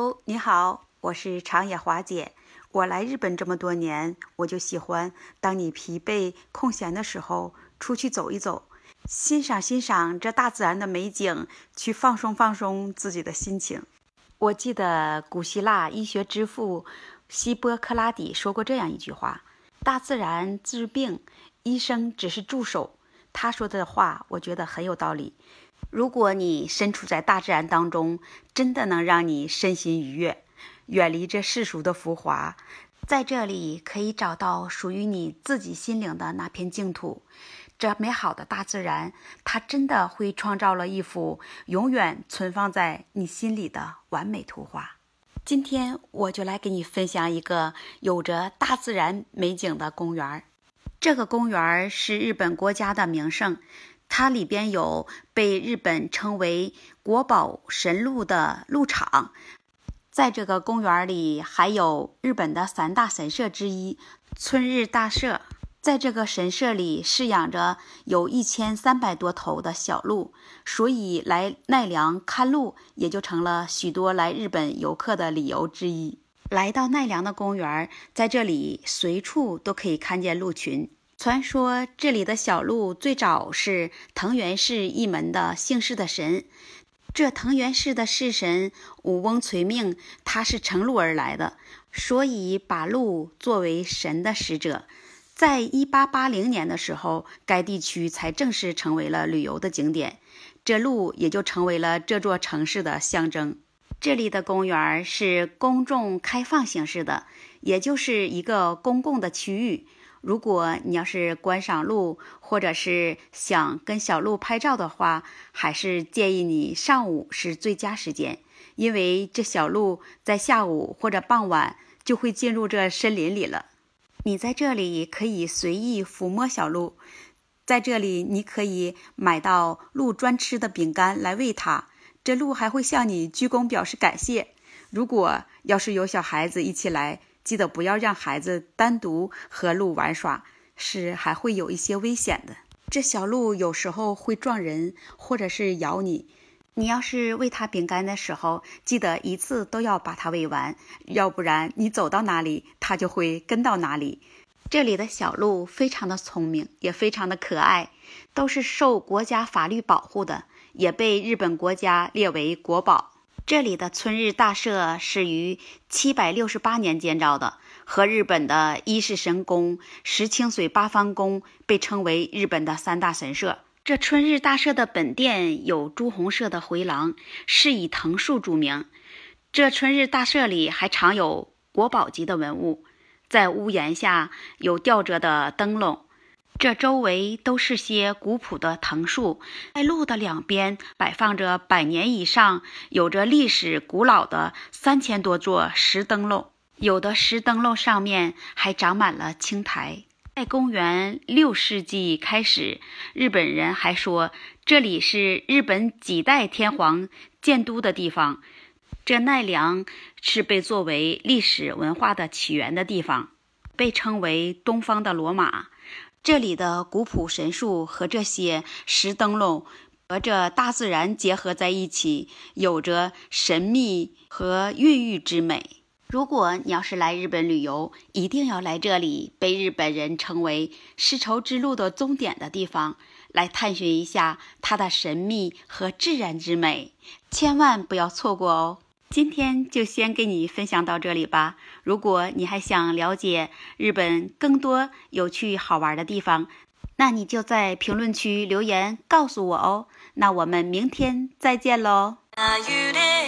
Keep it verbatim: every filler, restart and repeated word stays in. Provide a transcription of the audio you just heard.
Hello， 你好，我是长野华姐。我来日本这么多年，我就喜欢当你疲惫空闲的时候，出去走一走，欣赏欣赏这大自然的美景，去放松放松自己的心情。我记得古希腊医学之父希波克拉底说过这样一句话：大自然治病，医生只是助手。他说的话我觉得很有道理。如果你身处在大自然当中，真的能让你身心愉悦，远离这世俗的浮华，在这里可以找到属于你自己心灵的那片净土。这美好的大自然，它真的会创造了一幅永远存放在你心里的完美图画。今天我就来给你分享一个有着大自然美景的公园。这个公园是日本国家的名胜，它里边有被日本称为国宝神鹿的鹿场。在这个公园里还有日本的三大神社之一春日大社。在这个神社里饲养着有一千三百多头的小鹿，所以来奈良看鹿也就成了许多来日本游客的理由之一。来到奈良的公园，在这里随处都可以看见鹿群。传说这里的小鹿最早是藤原氏一门的姓氏的神，这藤原氏的氏神武翁垂命，他是乘鹿而来的，所以把鹿作为神的使者。在一八八零年的时候，该地区才正式成为了旅游的景点，这鹿也就成为了这座城市的象征。这里的公园是公众开放形式的，也就是一个公共的区域。如果你要是观赏鹿，或者是想跟小鹿拍照的话，还是建议你上午是最佳时间，因为这小鹿在下午或者傍晚就会进入这森林里了。你在这里可以随意抚摸小鹿，在这里你可以买到鹿专吃的饼干来喂它，这鹿还会向你鞠躬表示感谢。如果要是有小孩子一起来，记得不要让孩子单独和鹿玩耍，是还会有一些危险的。这小鹿有时候会撞人，或者是咬你。你要是喂它饼干的时候，记得一次都要把它喂完，要不然你走到哪里，它就会跟到哪里。这里的小鹿非常的聪明，也非常的可爱，都是受国家法律保护的，也被日本国家列为国宝。这里的春日大社是于七百六十八年建造的，和日本的伊势神宫、石清水八幡宫被称为日本的三大神社。这春日大社的本殿有朱红色的回廊，是以藤树著名。这春日大社里还藏有国宝级的文物，在屋檐下有吊着的灯笼，这周围都是些古朴的藤树，在路的两边摆放着百年以上、有着历史古老的三千多座石灯笼，有的石灯笼上面还长满了青苔。在公元六世纪开始，日本人还说这里是日本几代天皇建都的地方。这奈良是被作为历史文化的起源的地方，被称为东方的罗马。这里的古朴神树和这些石灯笼和这大自然结合在一起，有着神秘和孕育之美。如果你要是来日本旅游，一定要来这里被日本人称为丝绸之路的终点的地方，来探寻一下它的神秘和自然之美，千万不要错过哦。今天就先给你分享到这里吧。如果你还想了解日本更多有趣好玩的地方，那你就在评论区留言告诉我哦。那我们明天再见喽。